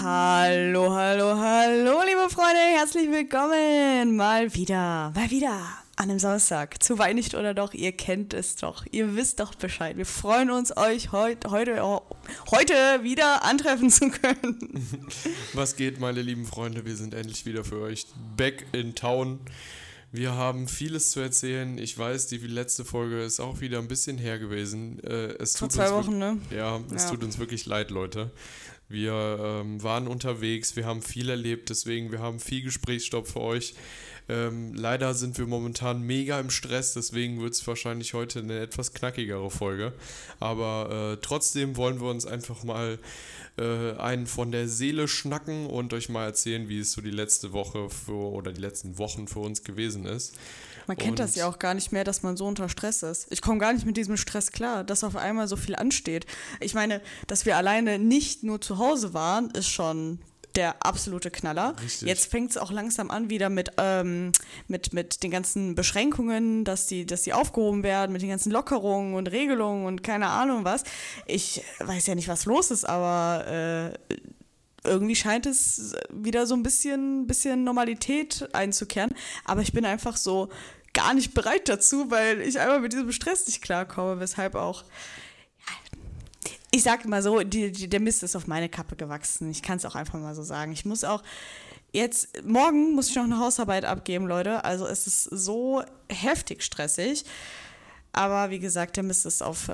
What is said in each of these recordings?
Hallo, hallo, hallo, liebe Freunde, herzlich willkommen. Mal wieder an einem Samstag. Zu Weihnachten oder doch, ihr kennt es doch, ihr wisst doch Bescheid. Wir freuen uns, euch heute wieder antreffen zu können. Was geht, meine lieben Freunde, wir sind endlich wieder für euch back in town. Wir haben vieles zu erzählen. Ich weiß, die letzte Folge ist auch wieder ein bisschen her gewesen. Vor 2 Wochen, ne? Ja, es tut uns wirklich leid, Leute. Wir waren unterwegs, wir haben viel erlebt, deswegen wir haben viel Gesprächsstoff für euch. Leider sind wir momentan mega im Stress, deswegen wird es wahrscheinlich heute eine etwas knackigere Folge. Aber trotzdem wollen wir uns einfach mal einen von der Seele schnacken und euch mal erzählen, wie es so die letzte Woche die letzten Wochen für uns gewesen ist. Man kennt das ja auch gar nicht mehr, dass man so unter Stress ist. Ich komme gar nicht mit diesem Stress klar, dass auf einmal so viel ansteht. Ich meine, dass wir alleine nicht nur zu Hause waren, ist schon der absolute Knaller. Richtig. Jetzt fängt es auch langsam an wieder mit den ganzen Beschränkungen, dass die aufgehoben werden, mit den ganzen Lockerungen und Regelungen und keine Ahnung was. Ich weiß ja nicht, was los ist, aber irgendwie scheint es wieder so ein bisschen Normalität einzukehren. Aber ich bin einfach so gar nicht bereit dazu, weil ich einfach mit diesem Stress nicht klarkomme, weshalb auch, ich sag mal so, der Mist ist auf meine Kappe gewachsen. Ich kann es auch einfach mal so sagen. Ich muss auch morgen muss ich noch eine Hausarbeit abgeben, Leute. Also es ist so heftig stressig. Aber wie gesagt, der Mist ist auf,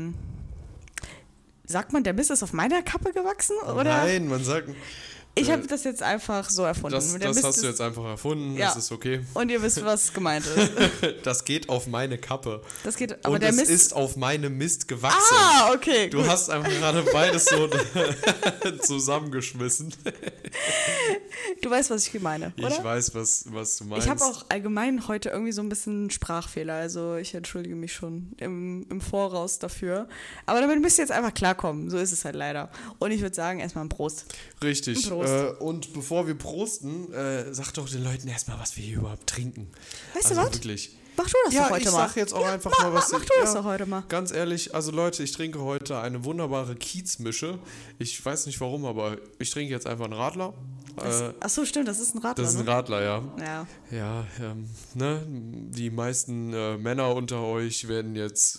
sagt man, der Mist ist auf meiner Kappe gewachsen? Oder? Nein, man sagt... Ich habe das jetzt einfach so erfunden. Das hast du jetzt einfach erfunden, ja. Das ist okay. Und ihr wisst, was gemeint ist. Das geht auf meine Kappe. Aber und der es Mist ist auf meinem Mist gewachsen. Ah, okay. Du hast einfach gerade beides so zusammengeschmissen. Du weißt, was ich meine, oder? Ich weiß, was du meinst. Ich habe auch allgemein heute irgendwie so ein bisschen Sprachfehler. Also ich entschuldige mich schon im Voraus dafür. Aber damit müsst ihr jetzt einfach klarkommen. So ist es halt leider. Und ich würde sagen, erstmal ein Prost. Richtig. Ein Prost. Und bevor wir prosten, sag doch den Leuten erstmal, was wir hier überhaupt trinken. Weißt du was? Wirklich. Mach du das doch heute mal. Ja, ich sag jetzt auch einfach mal was. Mach du das doch heute mal. Ganz ehrlich, also Leute, ich trinke heute eine wunderbare Kiezmische. Ich weiß nicht warum, aber ich trinke jetzt einfach einen Radler. Achso, stimmt, das ist ein Radler. Das ist ein Radler, ja. Ja. Ja, ne? Die meisten Männer unter euch werden jetzt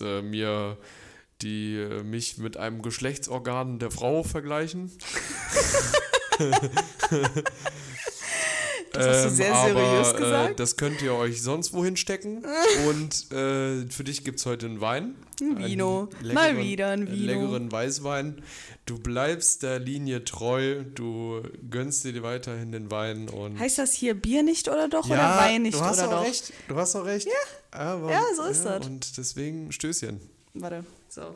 mich mit einem Geschlechtsorgan der Frau vergleichen. Das hast du sehr seriös gesagt. Das könnt ihr euch sonst wohin stecken. Und für dich gibt es heute einen Wein. Ein Vino. Mal wieder ein Vino. Einen leckeren Weißwein. Du bleibst der Linie treu. Du gönnst dir weiterhin den Wein. Und heißt das hier Bier nicht oder doch? Oder Wein nicht oder doch? Recht. Du hast auch recht. Ja, aber, so ist das. Und deswegen Stößchen. Warte, so.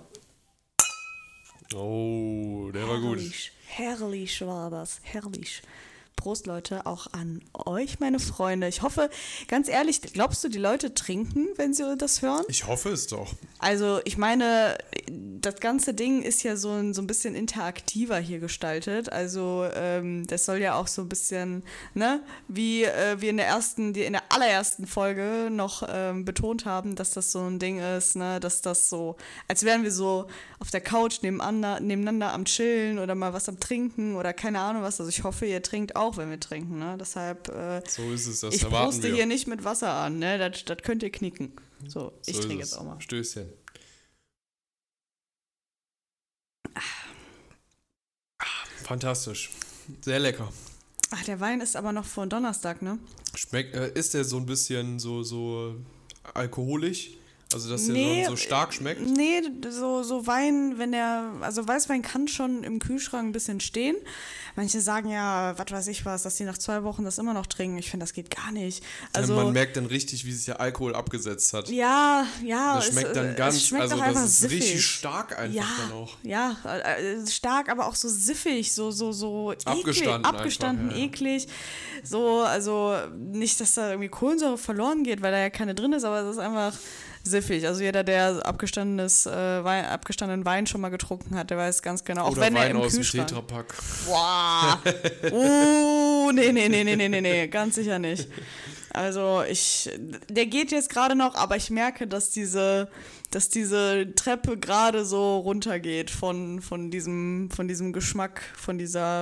Oh, der war gut. Herrlich war das, herrlich. Prost, Leute, auch an euch, meine Freunde. Ich hoffe, ganz ehrlich, glaubst du, die Leute trinken, wenn sie das hören? Ich hoffe es doch. Also, ich meine, das ganze Ding ist ja so ein bisschen interaktiver hier gestaltet. Also, das soll ja auch so ein bisschen, ne, wie wir in der allerersten Folge noch betont haben, dass das so ein Ding ist, ne, dass das so, als wären wir so auf der Couch nebeneinander am Chillen oder mal was am Trinken oder keine Ahnung was. Also, ich hoffe, ihr trinkt auch, wenn wir trinken, ne? Deshalb, so ist es, das ich erwarten proste wir. hier nicht mit Wasser an, ne? Das könnt ihr knicken. So, ich trinke jetzt auch mal. Stößchen. Fantastisch. Sehr lecker. Ach, der Wein ist aber noch von Donnerstag, ne? Ist der so ein bisschen so alkoholisch? Also, dass der so stark schmeckt? Nee, so Wein, also Weißwein kann schon im Kühlschrank ein bisschen stehen. Manche sagen ja, was weiß ich was, dass die nach 2 Wochen das immer noch trinken. Ich finde, das geht gar nicht. Also, man merkt dann richtig, wie sich der Alkohol abgesetzt hat. Ja. Das schmeckt dann ganz, schmeckt also das ist siffig. Richtig stark einfach dann auch. Ja, stark, aber auch so siffig, so abgestanden einfach, eklig. So, also nicht, dass da irgendwie Kohlensäure verloren geht, weil da ja keine drin ist, aber es ist einfach siffig. Also jeder, der abgestandenen Wein schon mal getrunken hat, der weiß ganz genau, auch oder wenn Wein er im aus Kühlschrank. Dem Tetrapack. Boah. Nee, ganz sicher nicht. Also der geht jetzt gerade noch, aber ich merke, dass diese Treppe gerade so runtergeht von diesem Geschmack, von dieser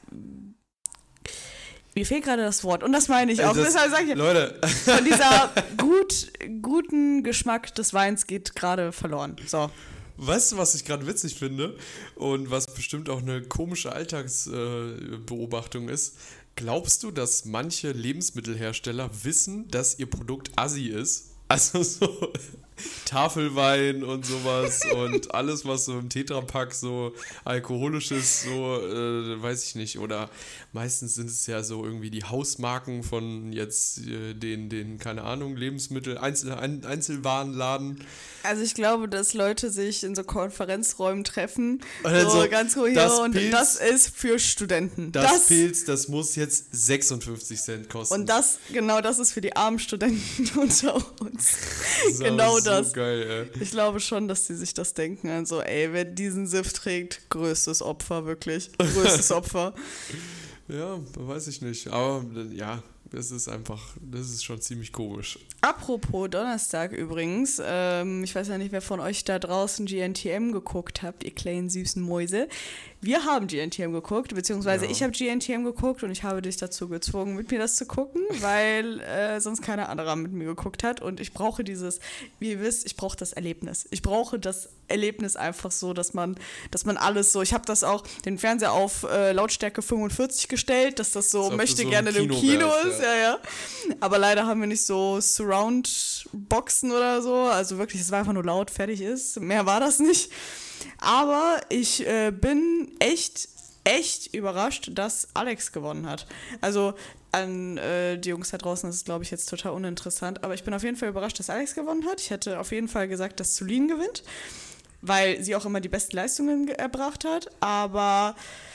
Mir fehlt gerade das Wort und das meine ich auch. Deshalb sage ich, Leute. von dieser guten Geschmack des Weins geht gerade verloren. So. Weißt du, was ich gerade witzig finde und was bestimmt auch eine komische Alltagsbeobachtung ist? Glaubst du, dass manche Lebensmittelhersteller wissen, dass ihr Produkt Assi ist? Also so Tafelwein und sowas und alles, was so im Tetrapack so alkoholisch ist, so, weiß ich nicht. Oder meistens sind es ja so irgendwie die Hausmarken von jetzt den keine Ahnung, Lebensmittel, Einzelwarenladen. Also ich glaube, dass Leute sich in so Konferenzräumen treffen, Also, so ganz ruhig und Pilz, das ist für Studenten. Das Pilz, das muss jetzt 56 Cent kosten. Und das ist für die armen Studenten unter uns. Das genau so das. Geil, ey. Ich glaube schon, dass die sich das denken. Also, ey, wer diesen Siff trägt, größtes Opfer, wirklich. Größtes Opfer. Ja, weiß ich nicht. Aber ja, das ist schon ziemlich komisch. Apropos Donnerstag übrigens, ich weiß ja nicht, wer von euch da draußen GNTM geguckt habt, ihr kleinen süßen Mäuse. Wir haben GNTM geguckt, beziehungsweise ich habe GNTM geguckt und ich habe dich dazu gezwungen, mit mir das zu gucken, weil sonst keiner anderer mit mir geguckt hat und ich brauche wie ihr wisst, ich brauche das Erlebnis. Ich brauche das Erlebnis einfach so, dass man alles so, ich habe das auch, den Fernseher auf Lautstärke 45 gestellt, dass das so möchte so gerne im Kino ist, ja. Aber leider haben wir nicht so Surround-Boxen oder so, also wirklich, es war einfach nur laut, fertig ist, mehr war das nicht. Aber ich bin echt überrascht, dass Alex gewonnen hat. Also an die Jungs da draußen ist es, glaube ich, jetzt total uninteressant. Aber ich bin auf jeden Fall überrascht, dass Alex gewonnen hat. Ich hätte auf jeden Fall gesagt, dass Zulin gewinnt, weil sie auch immer die besten Leistungen erbracht hat. Aber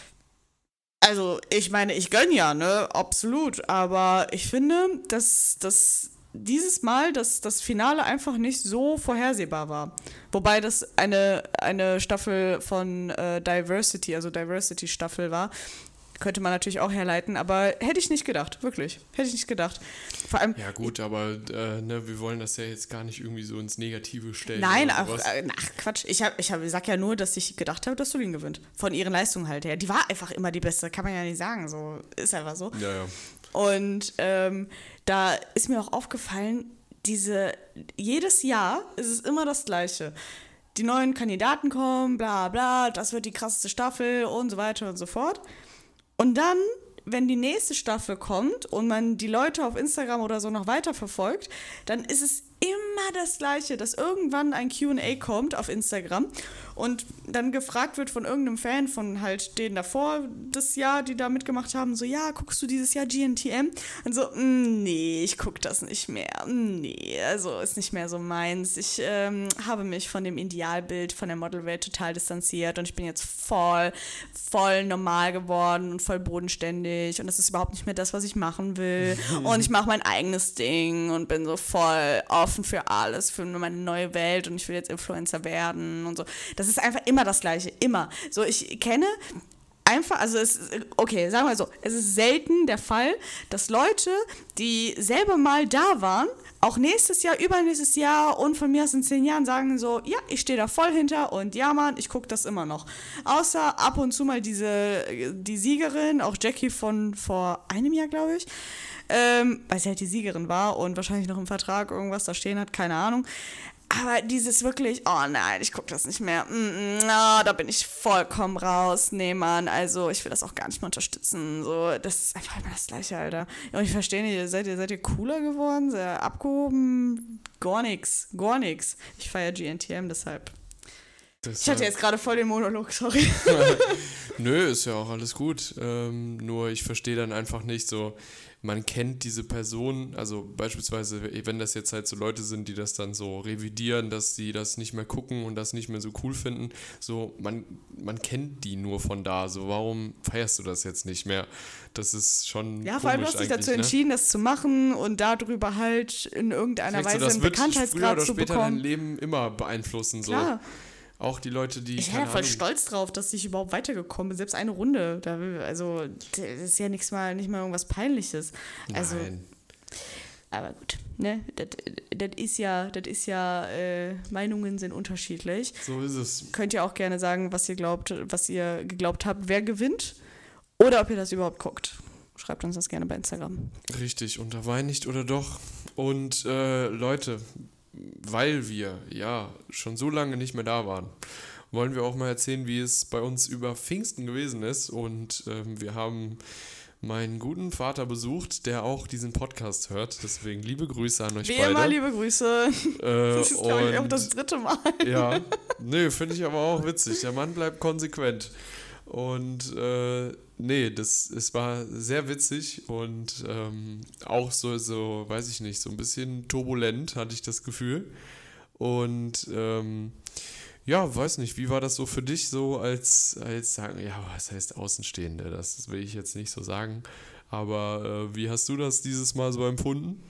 also ich meine, ich gönne ja, ne, absolut. Aber ich finde, dass dieses Mal das Finale einfach nicht so vorhersehbar war. Wobei das eine Staffel von Diversity, also Diversity-Staffel war. Könnte man natürlich auch herleiten, aber hätte ich nicht gedacht, wirklich. Hätte ich nicht gedacht. Vor allem, ja gut, aber wir wollen das ja jetzt gar nicht irgendwie so ins Negative stellen. Nein, ach Quatsch. Ich sag ja nur, dass ich gedacht habe, dass Solin gewinnt. Von ihren Leistungen halt her. Die war einfach immer die Beste, kann man ja nicht sagen. So ist einfach so. Ja. Und da ist mir auch aufgefallen, jedes Jahr ist es immer das Gleiche. Die neuen Kandidaten kommen, bla bla, das wird die krasseste Staffel und so weiter und so fort. Und dann, wenn die nächste Staffel kommt und man die Leute auf Instagram oder so noch weiter verfolgt, dann ist es immer das Gleiche, dass irgendwann ein Q&A kommt auf Instagram und dann gefragt wird von irgendeinem Fan von halt denen davor das Jahr, die da mitgemacht haben, so, ja, guckst du dieses Jahr GNTM? Und so, nee, ich guck das nicht mehr. Nee, also ist nicht mehr so meins. Ich habe mich von dem Idealbild von der Modelwelt total distanziert und ich bin jetzt voll normal geworden und voll bodenständig und das ist überhaupt nicht mehr das, was ich machen will und ich mache mein eigenes Ding und bin so voll offen für alles, für meine neue Welt und ich will jetzt Influencer werden und so. Das ist einfach immer das Gleiche, immer. So, ich kenne einfach, also sagen wir so, es ist selten der Fall, dass Leute, die selber mal da waren, auch nächstes Jahr, übernächstes Jahr und von mir aus in 10 Jahren sagen so, ja, ich stehe da voll hinter und ja, Mann, ich gucke das immer noch. Außer ab und zu mal die Siegerin, auch Jackie von vor einem Jahr, glaube ich, weil sie halt die Siegerin war und wahrscheinlich noch im Vertrag irgendwas da stehen hat, keine Ahnung. Aber dieses wirklich, oh nein, ich gucke das nicht mehr, da bin ich vollkommen raus. Nee, Mann, also ich will das auch gar nicht mehr unterstützen. So, das ist einfach immer das Gleiche, Alter. Und ich verstehe nicht, seid ihr cooler geworden, sehr abgehoben? Gar nix. Ich feiere GNTM, deshalb. Ich hatte jetzt gerade voll den Monolog, sorry. Nö, ist ja auch alles gut. Nur ich verstehe dann einfach nicht so, man kennt diese Person, also beispielsweise, wenn das jetzt halt so Leute sind, die das dann so revidieren, dass sie das nicht mehr gucken und das nicht mehr so cool finden, so, man kennt die nur von da, so, warum feierst du das jetzt nicht mehr? Das ist schon ja, vor allem hast du dich dazu entschieden, das zu machen und darüber halt in irgendeiner Weise einen Bekanntheitsgrad zu bekommen. Das wird früher oder später dein Leben immer beeinflussen, so. Klar. Auch die Leute, die... Ich war ja voll stolz drauf, dass ich überhaupt weitergekommen bin. Selbst eine Runde. Also, das ist ja nicht mal irgendwas Peinliches. Also, nein. Aber gut, ne? Das ist ja, Meinungen sind unterschiedlich. So ist es. Könnt ihr auch gerne sagen, was ihr geglaubt habt, wer gewinnt. Oder ob ihr das überhaupt guckt. Schreibt uns das gerne bei Instagram. Richtig, unter Wein nicht oder doch. Und Leute, weil wir ja schon so lange nicht mehr da waren, wollen wir auch mal erzählen, wie es bei uns über Pfingsten gewesen ist. Und wir haben meinen guten Vater besucht, der auch diesen Podcast hört. Deswegen liebe Grüße an euch Wie beide. immer, liebe Grüße. Das ist, glaube ich, auch das 3. Mal. Ja, finde ich aber auch witzig. Der Mann bleibt konsequent. Und es war sehr witzig und auch so, weiß ich nicht, so ein bisschen turbulent, hatte ich das Gefühl. Und weiß nicht, wie war das so für dich so als sagen, ja, was heißt Außenstehende? Das will ich jetzt nicht so sagen. Aber wie hast du das dieses Mal so empfunden?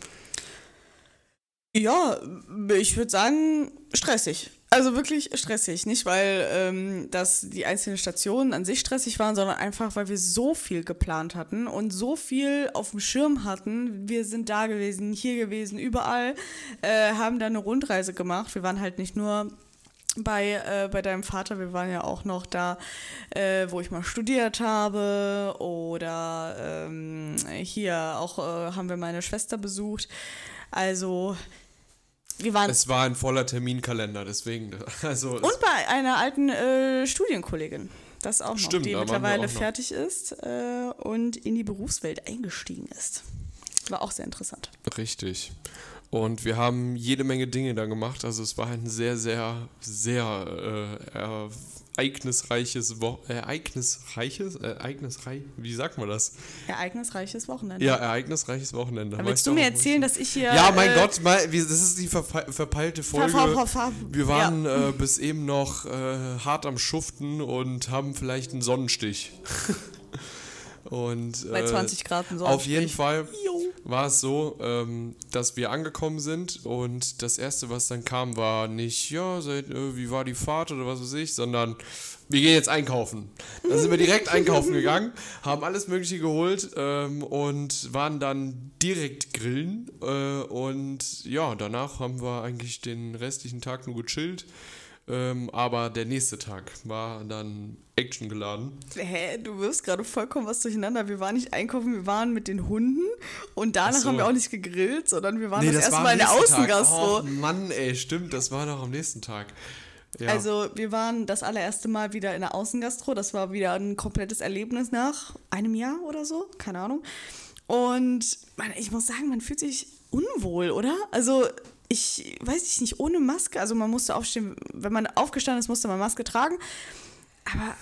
Ja, ich würde sagen, stressig. Also wirklich stressig. Nicht, weil die einzelnen Stationen an sich stressig waren, sondern einfach, weil wir so viel geplant hatten und so viel auf dem Schirm hatten. Wir sind da gewesen, hier gewesen, überall, haben da eine Rundreise gemacht. Wir waren halt nicht nur bei deinem Vater, wir waren ja auch noch da, wo ich mal studiert habe, oder hier auch haben wir meine Schwester besucht. Also es war ein voller Terminkalender, deswegen. Und bei einer alten Studienkollegin, das auch noch, stimmt, die mittlerweile fertig ist und in die Berufswelt eingestiegen ist. War auch sehr interessant. Richtig. Und wir haben jede Menge Dinge da gemacht. Also es war ein sehr, sehr, sehr ereignisreiches wie sagt man das? Ereignisreiches Wochenende. Ja, ereignisreiches Wochenende. Aber willst du mir erzählen, dass ich hier... Ja, mein Gott, das ist die verpeilte Folge. Wir waren bis eben noch hart am Schuften und haben vielleicht einen Sonnenstich. Und, bei 20 Grad ein Sonnenstich. Auf jeden Fall war es so, dass wir angekommen sind und das Erste, was dann kam, war nicht, wie war die Fahrt oder was weiß ich, sondern wir gehen jetzt einkaufen. Dann sind wir direkt einkaufen gegangen, haben alles Mögliche geholt und waren dann direkt grillen und ja, danach haben wir eigentlich den restlichen Tag nur gechillt. Aber der nächste Tag war dann actiongeladen. Du wirfst gerade vollkommen was durcheinander. Wir waren nicht einkaufen, wir waren mit den Hunden und danach haben wir auch nicht gegrillt, sondern wir waren das erste Mal in der Außengastro. Oh Mann, ey, stimmt, das war doch am nächsten Tag. Ja. Also wir waren das allererste Mal wieder in der Außengastro. Das war wieder ein komplettes Erlebnis nach einem Jahr oder so, keine Ahnung. Und ich muss sagen, man fühlt sich unwohl, oder? Also ich weiß nicht, ohne Maske, also man musste aufstehen, wenn man aufgestanden ist, musste man Maske tragen, aber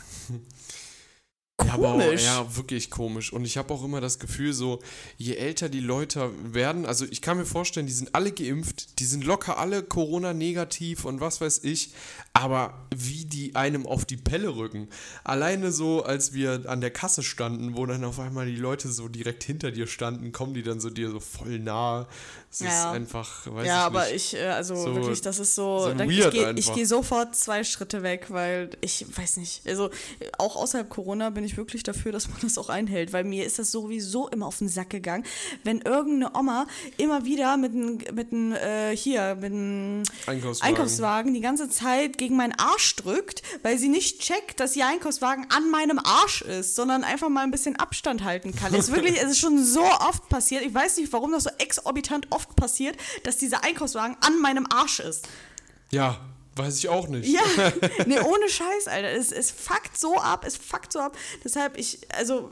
komisch. Ja, wirklich komisch. Und ich habe auch immer das Gefühl, so, je älter die Leute werden, also ich kann mir vorstellen, die sind alle geimpft, die sind locker alle Corona-negativ und was weiß ich, aber wie die einem auf die Pelle rücken. Alleine so, als wir an der Kasse standen, wo dann auf einmal die Leute so direkt hinter dir standen, kommen die dann so dir so voll nahe. Es ist einfach, weiß ich nicht. Ja, aber ich, so wirklich, das ist so ich gehe sofort 2 Schritte weg, weil ich weiß nicht, also auch außerhalb Corona bin ich wirklich dafür, dass man das auch einhält, weil mir ist das sowieso immer auf den Sack gegangen, wenn irgendeine Oma immer wieder mit einem Einkaufswagen die ganze Zeit gegen meinen Arsch drückt, weil sie nicht checkt, dass ihr Einkaufswagen an meinem Arsch ist, sondern einfach mal ein bisschen Abstand halten kann. Es ist schon so oft passiert, ich weiß nicht, warum das so exorbitant oft passiert, dass dieser Einkaufswagen an meinem Arsch ist. Ja, weiß ich auch nicht. Ja, nee, ohne Scheiß, Alter. Es fuckt so ab. Deshalb, ich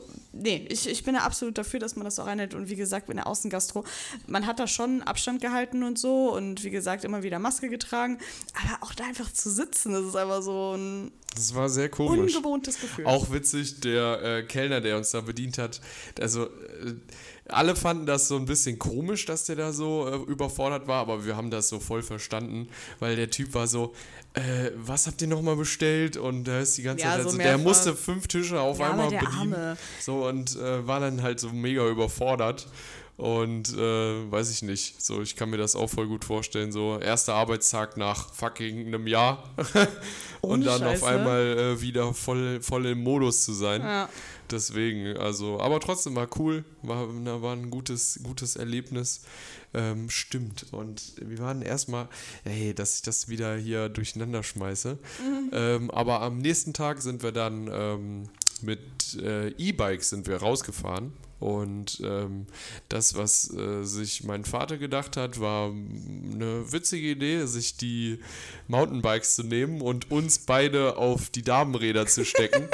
bin da absolut dafür, dass man das auch einhält. Und wie gesagt, in der Außengastro, man hat da schon Abstand gehalten und so. Und wie gesagt, immer wieder Maske getragen. Aber auch da einfach zu sitzen, das ist einfach so ein... Das war sehr komisch. Ungewohntes Gefühl. Auch witzig, der Kellner, der uns da bedient hat, also... Alle fanden das so ein bisschen komisch, dass der da so überfordert war, aber wir haben das so voll verstanden, weil der Typ war so, was habt ihr nochmal bestellt? Und da ist die ganze Zeit, also der musste 5 Tische auf einmal bedienen. Arme. So und war dann halt so mega überfordert. Und weiß ich nicht, so ich kann mir das auch voll gut vorstellen, so erster Arbeitstag nach fucking einem Jahr und dann auf einmal wieder voll im Modus zu sein. Ja. Deswegen, also, aber trotzdem war cool, war ein gutes Erlebnis. Stimmt. Und wir waren erstmal, dass ich das wieder hier durcheinander schmeiße. Aber am nächsten Tag sind wir dann mit E-Bikes sind wir rausgefahren. Und das, was sich mein Vater gedacht hat, war eine witzige Idee, sich die Mountainbikes zu nehmen und uns beide auf die Damenräder zu stecken.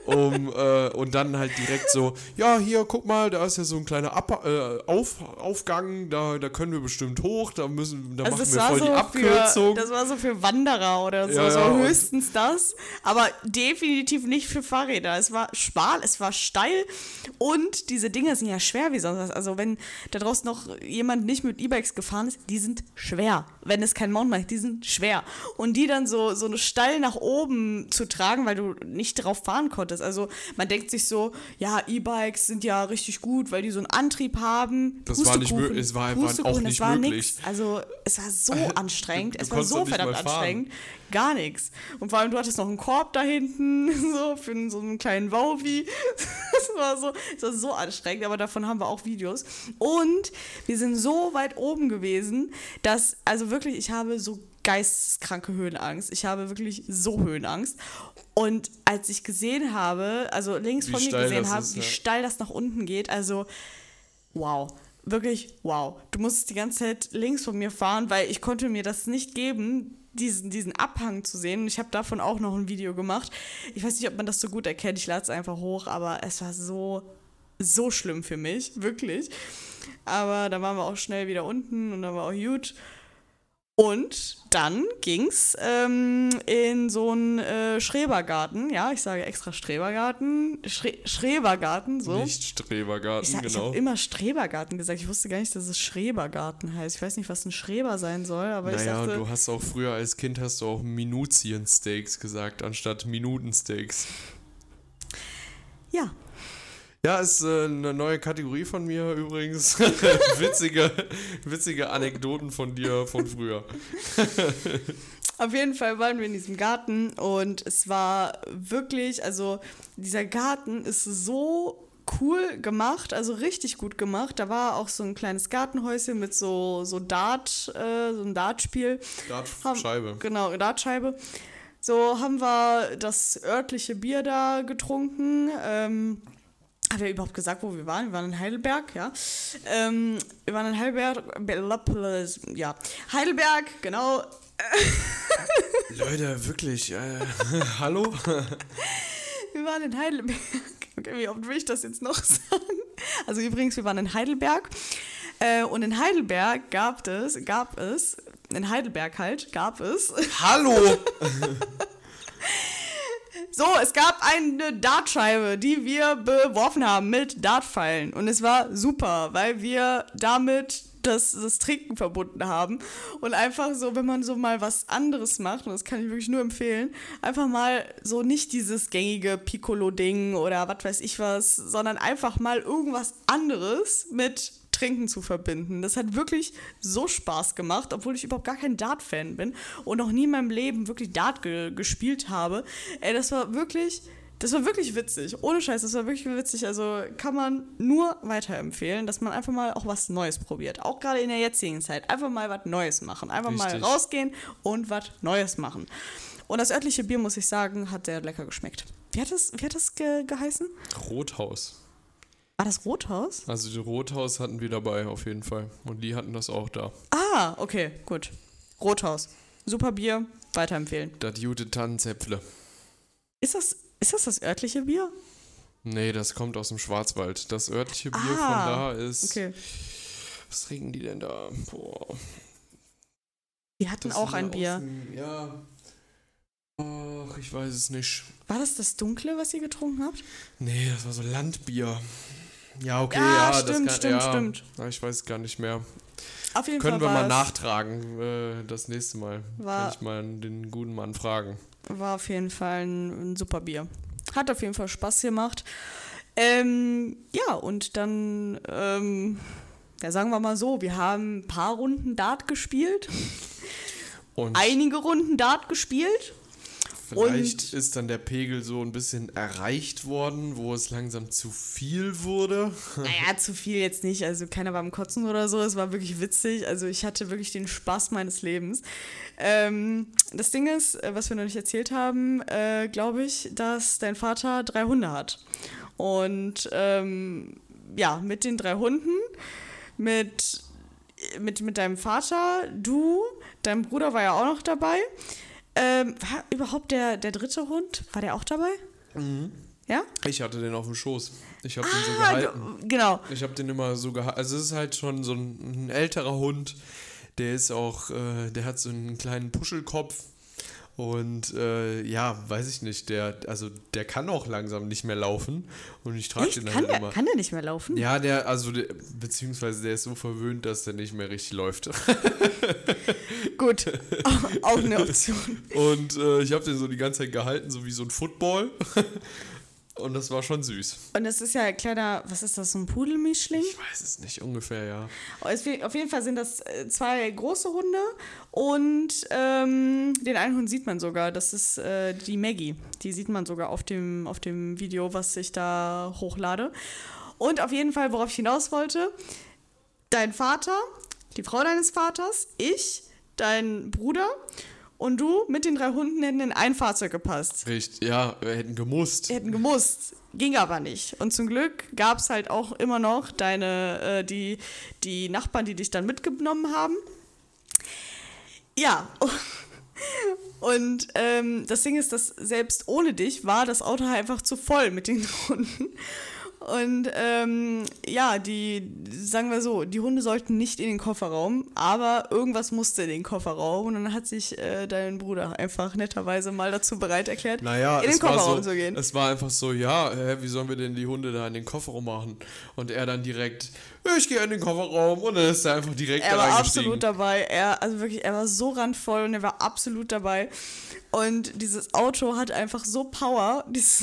Und dann halt direkt so, ja, hier, guck mal, da ist ja so ein kleiner Aufgang, da können wir bestimmt hoch, da machen wir voll die Abkürzung. Das war so für Wanderer oder so, Ja, so ja, höchstens das, aber definitiv nicht für Fahrräder. Es war schmal, es war steil und diese Dinger sind ja schwer wie sonst was. Also wenn da draußen noch jemand nicht mit E-Bikes gefahren ist, die sind schwer. Wenn es kein Mountainbike, die sind schwer. Und die dann so eine steil nach oben zu tragen, weil du nicht drauf fahren konntest. Also man denkt sich so, ja, E-Bikes sind ja richtig gut, weil die so einen Antrieb haben. Das war nicht möglich, es war einfach auch nicht möglich. Nix. Also es war so anstrengend, Du es war konntest so doch nicht verdammt mal fahren. anstrengend. Gar nichts. Und vor allem, du hattest noch einen Korb da hinten, so für so einen kleinen Wowi. Es war so anstrengend, aber davon haben wir auch Videos. Und wir sind so weit oben gewesen, dass, also wirklich, ich habe so geisteskranke Höhenangst. Ich habe wirklich so Höhenangst. Und als ich gesehen habe, also links von mir gesehen habe, wie steil das nach unten geht, also wow. Wirklich, wow. Du musstest die ganze Zeit links von mir fahren, weil ich konnte mir das nicht geben, diesen Abhang zu sehen. Und ich habe davon auch noch ein Video gemacht. Ich weiß nicht, ob man das so gut erkennt. Ich lade es einfach hoch, aber es war so schlimm für mich. Wirklich. Aber da waren wir auch schnell wieder unten und da war auch gut. Und dann ging's in so einen Schrebergarten. Ja, ich sage extra Schrebergarten. Schrebergarten, so. Nicht Strebergarten, Ich genau. habe immer Strebergarten gesagt. Ich wusste gar nicht, dass es Schrebergarten heißt. Ich weiß nicht, was ein Schreber sein soll, aber ich Naja, dachte... du hast auch früher als Kind hast du auch Minuziensteaks gesagt, anstatt Minutensteaks. Ja. Ja, ist eine neue Kategorie von mir übrigens. witzige Anekdoten von dir von früher. Auf jeden Fall waren wir in diesem Garten und es war wirklich, also dieser Garten ist so cool gemacht, also richtig gut gemacht. Da war auch so ein kleines Gartenhäuschen mit so ein Dartspiel. Dartscheibe. Genau, Dartscheibe. So haben wir das örtliche Bier da getrunken. Haben wir überhaupt gesagt, wo wir waren? Wir waren in Heidelberg, ja. Wir waren in Heidelberg, ja. Heidelberg, genau. Leute, wirklich, hallo? Wir waren in Heidelberg. Okay, wie oft will ich das jetzt noch sagen? Also übrigens, wir waren in Heidelberg. Und in Heidelberg gab es, in Heidelberg halt, gab es. Hallo! So, es gab eine Dartscheibe, die wir beworfen haben mit Dartpfeilen. Und es war super, weil wir damit das Trinken verbunden haben. Und einfach so, wenn man so mal was anderes macht, und das kann ich wirklich nur empfehlen, einfach mal so nicht dieses gängige Piccolo-Ding oder was weiß ich was, sondern einfach mal irgendwas anderes mit Trinken zu verbinden. Das hat wirklich so Spaß gemacht, obwohl ich überhaupt gar kein Dart-Fan bin und noch nie in meinem Leben wirklich Dart gespielt habe. Das war wirklich witzig. Ohne Scheiß, das war wirklich witzig. Also kann man nur weiterempfehlen, dass man einfach mal auch was Neues probiert. Auch gerade in der jetzigen Zeit. Einfach mal was Neues machen. Einfach mal rausgehen und was Neues machen. Und das örtliche Bier, muss ich sagen, hat sehr lecker geschmeckt. Wie hat das geheißen? Rothaus. War das Rothaus? Also die Rothaus hatten wir dabei auf jeden Fall. Und die hatten das auch da. Ah, okay, gut. Rothaus. Super Bier, weiterempfehlen. Das gute Tannenzäpfle. Ist das örtliche Bier? Nee, das kommt aus dem Schwarzwald. Das örtliche Bier von da ist... Okay. Was trinken die denn da? Boah. Die hatten auch ein Bier. Ja. Ach, ich weiß es nicht. War das Dunkle, was ihr getrunken habt? Nee, das war so Landbier. Ja, okay, Stimmt. Ja, ich weiß es gar nicht mehr. Auf jeden Können Fall wir mal nachtragen, das nächste Mal. War- Kann ich mal den guten Mann fragen. War auf jeden Fall ein super Bier. Hat auf jeden Fall Spaß gemacht. Ja, und dann, ja, sagen wir mal so, wir haben ein paar Runden Dart gespielt. Und Einige Runden Dart gespielt. Vielleicht ist dann der Pegel so ein bisschen erreicht worden, wo es langsam zu viel wurde. Naja, zu viel jetzt nicht. Also keiner war am Kotzen oder so. Es war wirklich witzig. Also ich hatte wirklich den Spaß meines Lebens. Das Ding ist, was wir noch nicht erzählt haben, glaube ich, dass dein Vater 3 Hunde hat. Und mit den 3 Hunden, mit deinem Vater, du, dein Bruder war ja auch noch dabei. War überhaupt der 3. Hund, war der auch dabei? Mhm. Ja? Ich hatte den auf dem Schoß. Ich habe den so gehalten. Genau. Ich habe den immer so gehalten. Also es ist halt schon so ein älterer Hund. Der ist auch, der hat so einen kleinen Puschelkopf. Und weiß ich nicht, der kann auch langsam nicht mehr laufen. Und ich trage den halt immer. Kann der nicht mehr laufen? Ja, beziehungsweise der ist so verwöhnt, dass der nicht mehr richtig läuft. Gut, auch eine Option. Und ich habe den so die ganze Zeit gehalten, so wie so ein Football. Und das war schon süß. Und das ist ja ein kleiner, was ist das, so ein Pudelmischling? Ich weiß es nicht, ungefähr, ja. Auf jeden Fall sind das 2 große Hunde und den einen Hund sieht man sogar, das ist die Maggie. Die sieht man sogar auf dem Video, was ich da hochlade. Und auf jeden Fall, worauf ich hinaus wollte, dein Vater, die Frau deines Vaters, ich, dein Bruder und du mit den 3 Hunden hätten in ein Fahrzeug gepasst. Richtig, ja, wir hätten gemusst. Ging aber nicht. Und zum Glück gab es halt auch immer noch die Nachbarn, die dich dann mitgenommen haben. Ja, und das Ding ist, dass selbst ohne dich war das Auto halt einfach zu voll mit den Hunden. Und sagen wir so, die Hunde sollten nicht in den Kofferraum, aber irgendwas musste in den Kofferraum und dann hat sich dein Bruder einfach netterweise mal dazu bereit erklärt, in den Kofferraum zu gehen. Es war einfach so, wie sollen wir denn die Hunde da in den Kofferraum machen? Und er dann direkt, ich gehe in den Kofferraum und dann ist er einfach direkt da reingestiegen. Er war absolut dabei, er war so randvoll und er war absolut dabei. Und dieses Auto hat einfach so Power, das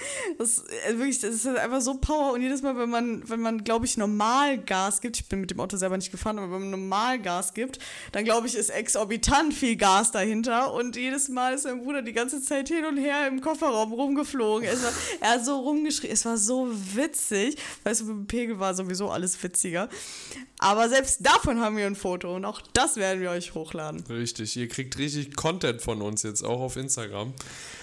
ist einfach so Power und jedes Mal, wenn man glaube ich, normal Gas gibt, ich bin mit dem Auto selber nicht gefahren, aber wenn man normal Gas gibt, dann glaube ich, ist exorbitant viel Gas dahinter und jedes Mal ist mein Bruder die ganze Zeit hin und her im Kofferraum rumgeflogen. Er hat so rumgeschrien, es war so witzig, weißt du, mit dem Pegel war sowieso alles witziger. Aber selbst davon haben wir ein Foto und auch das werden wir euch hochladen. Richtig, ihr kriegt richtig Content von uns jetzt auch auf Instagram.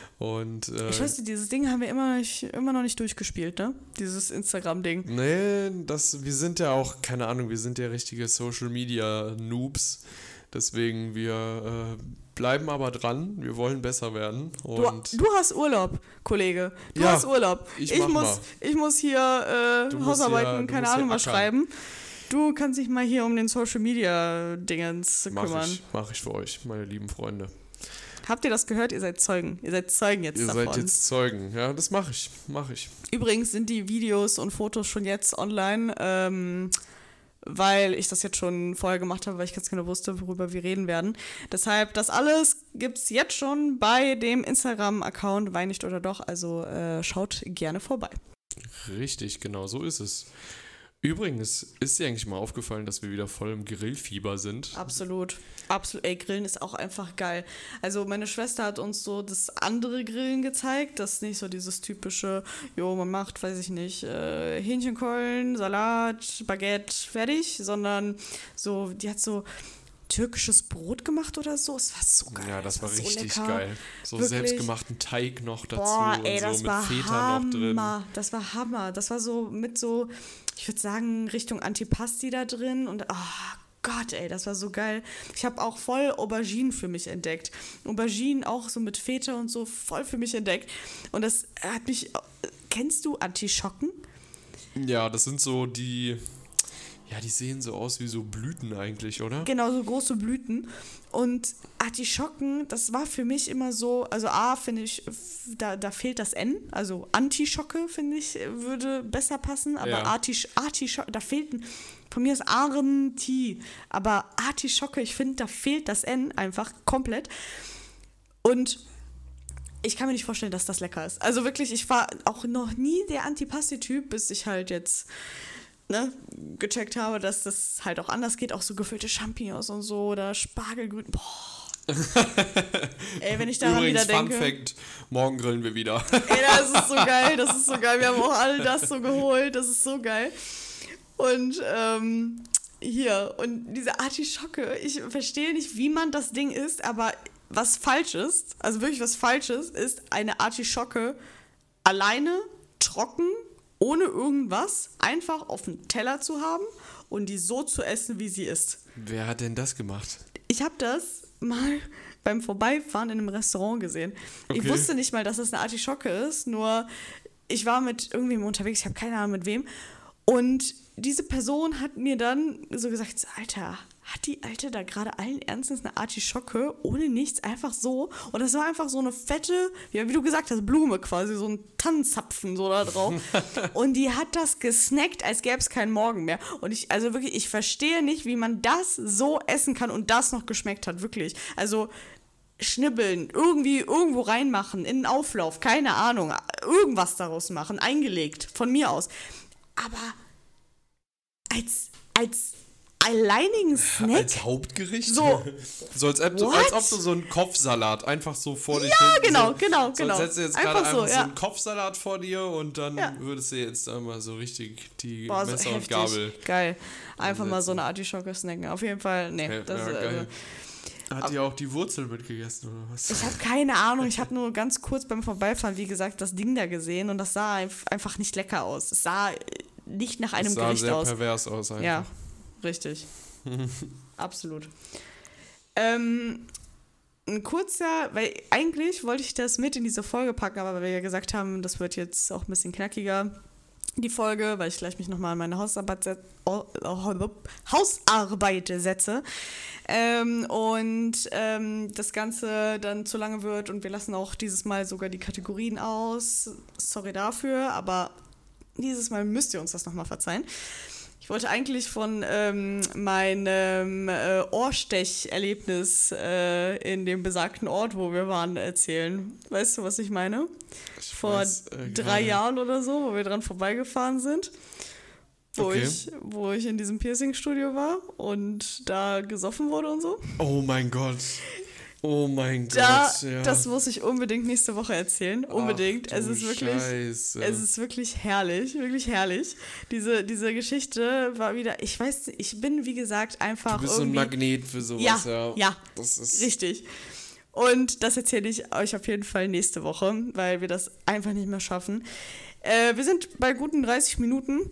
Und, ich weiß nicht, dieses Ding haben wir immer noch nicht durchgespielt, ne? Dieses Instagram-Ding. Nee, wir sind ja auch, keine Ahnung, wir sind ja richtige Social-Media-Noobs. Deswegen, wir bleiben aber dran, wir wollen besser werden. Und du hast Urlaub, Kollege. Du hast Urlaub. Ich muss hier Hausarbeiten, keine Ahnung, was schreiben. Du kannst dich mal hier um den Social-Media-Dingens kümmern. Mach ich für euch, meine lieben Freunde. Habt ihr das gehört? Ihr seid Zeugen. Ihr seid Zeugen jetzt davon. Ihr seid jetzt Zeugen. Ja, das mache ich. Übrigens sind die Videos und Fotos schon jetzt online, weil ich das jetzt schon vorher gemacht habe, weil ich ganz genau wusste, worüber wir reden werden. Deshalb, das alles gibt's jetzt schon bei dem Instagram-Account Wein nicht oder doch. Also schaut gerne vorbei. Richtig, genau so ist es. Übrigens, ist dir eigentlich mal aufgefallen, dass wir wieder voll im Grillfieber sind? Absolut. Ey, Grillen ist auch einfach geil. Also meine Schwester hat uns so das andere Grillen gezeigt, das ist nicht so dieses typische, man macht, weiß ich nicht, Hähnchenkeulen, Salat, Baguette, fertig, sondern so, die hat so türkisches Brot gemacht oder so. Es war so geil. Ja, das war richtig so geil. So wirklich selbstgemachten Teig noch dazu. Boah, ey, und das so war mit Feta Hammer. noch drin. Das war Hammer. Das war so mit so, ich würde sagen, Richtung Antipasti da drin und Gott, ey, das war so geil. Ich habe auch voll Auberginen für mich entdeckt. Auberginen auch so mit Feta und so voll für mich entdeckt. Und das hat mich, kennst du Artischocken? Ja, das sind so die sehen so aus wie so Blüten eigentlich, oder? Genau, so große Blüten. Und Artischocken, das war für mich immer so, also finde ich, da fehlt das N, also Antischocke, finde ich, würde besser passen, aber Artischocke, da fehlt von mir ist Arenti, aber Artischocke, ich finde, da fehlt das N einfach komplett. Und ich kann mir nicht vorstellen, dass das lecker ist. Also wirklich, ich war auch noch nie der Antipasti-Typ, bis ich halt jetzt gecheckt habe, dass das halt auch anders geht, auch so gefüllte Champignons und so oder Spargelgrün. Boah. Ey, wenn ich daran Übrigens, wieder denke. Fun Fact, morgen grillen wir wieder. Ey, das ist so geil, das ist so geil. Wir haben auch all das so geholt, das ist so geil. Und hier, und diese Artischocke, ich verstehe nicht, wie man das Ding isst, aber was falsch ist, also wirklich was Falsches, ist eine Artischocke alleine, trocken, ohne irgendwas, einfach auf dem Teller zu haben und die so zu essen, wie sie ist. Wer hat denn das gemacht? Ich habe das mal beim Vorbeifahren in einem Restaurant gesehen. Okay. Ich wusste nicht mal, dass das eine Artischocke ist, nur ich war mit irgendwem unterwegs, ich habe keine Ahnung mit wem. Und diese Person hat mir dann so gesagt, Alter, hat die Alte da gerade allen Ernstes eine Artischocke ohne nichts, einfach so? Und das war einfach so eine fette, ja, wie du gesagt hast, Blume quasi, so ein Tannenzapfen so da drauf. Und die hat das gesnackt, als gäbe es keinen Morgen mehr. Und ich verstehe nicht, wie man das so essen kann und das noch geschmeckt hat, wirklich. Also schnibbeln, irgendwie irgendwo reinmachen, in einen Auflauf, keine Ahnung, irgendwas daraus machen, eingelegt, von mir aus. Aber als alleinigen Snack? Als Hauptgericht? So als ob du so einen Kopfsalat einfach so vor dich Ja, genau. So, als hättest du jetzt gerade einfach so einen Kopfsalat vor dir und dann würdest du jetzt einmal so richtig die Messer so und Gabel. Geil. Einfach mal so eine Artischocke snacken. Auf jeden Fall, nee. Geil. Hat die auch die Wurzel mitgegessen oder was? Ich habe keine Ahnung. Ich habe nur ganz kurz beim Vorbeifahren, wie gesagt, das Ding da gesehen und das sah einfach nicht lecker aus. Es sah nicht nach einem Gericht aus. Es sah sehr pervers aus einfach. Ja, richtig. Absolut. Ein kurzer, weil eigentlich wollte ich das mit in diese Folge packen, aber weil wir ja gesagt haben, das wird jetzt auch ein bisschen knackiger, die Folge, weil ich gleich mich nochmal an meine Hausarbeit setze. Das Ganze dann zu lange wird und wir lassen auch dieses Mal sogar die Kategorien aus. Sorry dafür, aber dieses Mal müsst ihr uns das nochmal verzeihen. Ich wollte eigentlich von meinem Ohrstech-Erlebnis in dem besagten Ort, wo wir waren, erzählen. Weißt du, was ich meine? Vor 3 Jahren oder so, wo wir dran vorbeigefahren sind. Wo ich in diesem Piercing-Studio war und da gesoffen wurde und so. Oh mein Gott. Das muss ich unbedingt nächste Woche erzählen. Unbedingt. Es ist wirklich herrlich. Wirklich herrlich. Diese Geschichte war wieder, ich weiß, ich bin, wie gesagt, einfach. Du bist so ein Magnet für sowas, ja. Das ist richtig. Und das erzähle ich euch auf jeden Fall nächste Woche, weil wir das einfach nicht mehr schaffen. Wir sind bei guten 30 Minuten.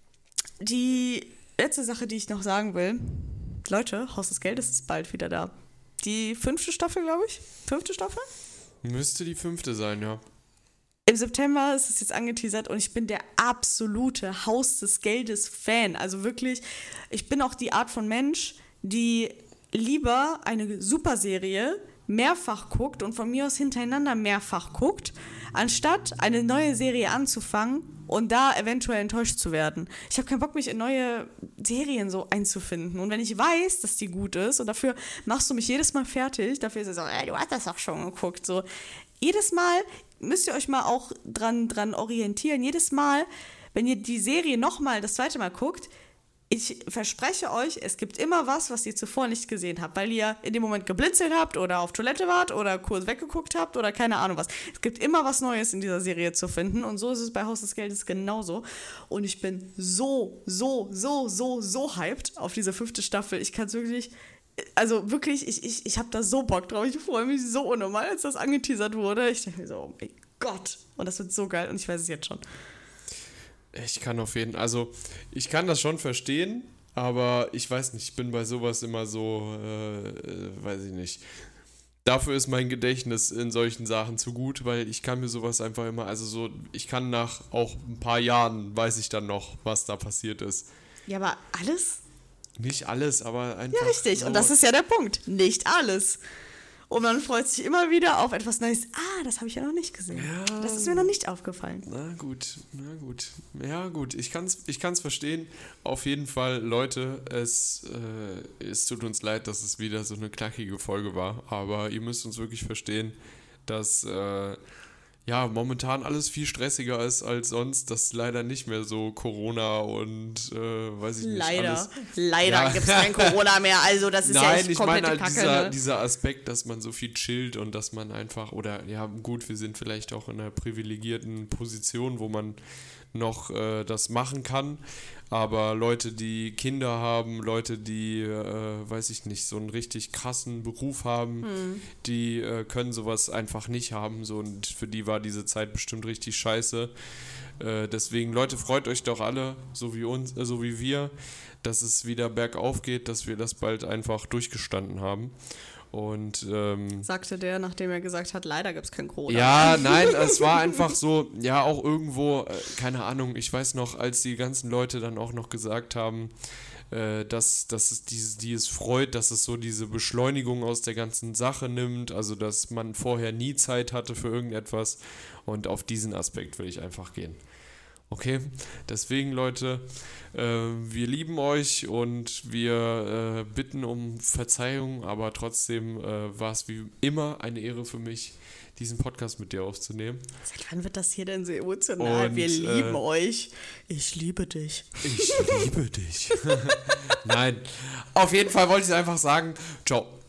Die letzte Sache, die ich noch sagen will. Leute, Haus des Geldes ist bald wieder da. Die 5. Staffel, glaube ich. 5. Staffel? Müsste die 5. sein, ja. Im September ist es jetzt angeteasert und ich bin der absolute Haus des Geldes-Fan. Also wirklich, ich bin auch die Art von Mensch, die lieber eine Superserie mehrfach guckt und von mir aus hintereinander mehrfach guckt, anstatt eine neue Serie anzufangen und da eventuell enttäuscht zu werden. Ich habe keinen Bock, mich in neue Serien so einzufinden. Und wenn ich weiß, dass die gut ist und dafür machst du mich jedes Mal fertig, dafür ist es so, du hast das auch schon geguckt. So, jedes Mal müsst ihr euch mal auch dran orientieren. Jedes Mal, wenn ihr die Serie nochmal das zweite Mal guckt, ich verspreche euch, es gibt immer was ihr zuvor nicht gesehen habt, weil ihr in dem Moment geblinzelt habt oder auf Toilette wart oder kurz weggeguckt habt oder keine Ahnung was. Es gibt immer was Neues in dieser Serie zu finden und so ist es bei Haus des Geldes genauso. Und ich bin so hyped auf diese 5. Staffel. Ich kann es wirklich, also wirklich, ich habe da so Bock drauf. Ich freue mich so unnormal, als das angeteasert wurde. Ich denke mir so, oh mein Gott. Und das wird so geil und ich weiß es jetzt schon. Ich kann das schon verstehen, aber ich weiß nicht, ich bin bei sowas immer so, weiß ich nicht. Dafür ist mein Gedächtnis in solchen Sachen zu gut, weil ich kann mir sowas einfach immer, ich kann nach auch ein paar Jahren, weiß ich dann noch, was da passiert ist. Ja, aber alles? Nicht alles, aber einfach. Ja, richtig, so. Und das ist ja der Punkt. Nicht alles. Und man freut sich immer wieder auf etwas Neues. Das habe ich ja noch nicht gesehen. Ja, das ist mir noch nicht aufgefallen. Na gut. Ja, gut. Ich kann's verstehen. Auf jeden Fall, Leute, es tut uns leid, dass es wieder so eine knackige Folge war. Aber ihr müsst uns wirklich verstehen, dass ja, momentan alles viel stressiger ist als sonst. Das ist leider nicht mehr so Corona und weiß ich nicht. Leider. Alles. Leider gibt es kein Corona mehr. Also das ist ja echt ich komplette meine halt Kacke. dieser Aspekt, dass man so viel chillt und dass man einfach, oder ja gut, wir sind vielleicht auch in einer privilegierten Position, wo man noch das machen kann. Aber Leute, die Kinder haben, Leute, die, weiß ich nicht, so einen richtig krassen Beruf haben, die können sowas einfach nicht haben. So, und für die war diese Zeit bestimmt richtig scheiße. Deswegen, Leute, freut euch doch alle, so wie uns, so wie wir, dass es wieder bergauf geht, dass wir das bald einfach durchgestanden haben. Und sagte der, nachdem er gesagt hat, leider gibt es kein Corona. ja, nein, es war einfach so, ja, auch irgendwo, keine Ahnung, ich weiß noch, als die ganzen Leute dann auch noch gesagt haben, dass es die es freut, dass es so diese Beschleunigung aus der ganzen Sache nimmt, also dass man vorher nie Zeit hatte für irgendetwas, und auf diesen Aspekt will ich einfach gehen. Okay, deswegen Leute, wir lieben euch und wir bitten um Verzeihung, aber trotzdem war es wie immer eine Ehre für mich, diesen Podcast mit dir aufzunehmen. Seit wann wird das hier denn so emotional? Und, wir lieben euch. Ich liebe dich. Ich liebe dich. Nein, auf jeden Fall wollte ich einfach sagen, ciao.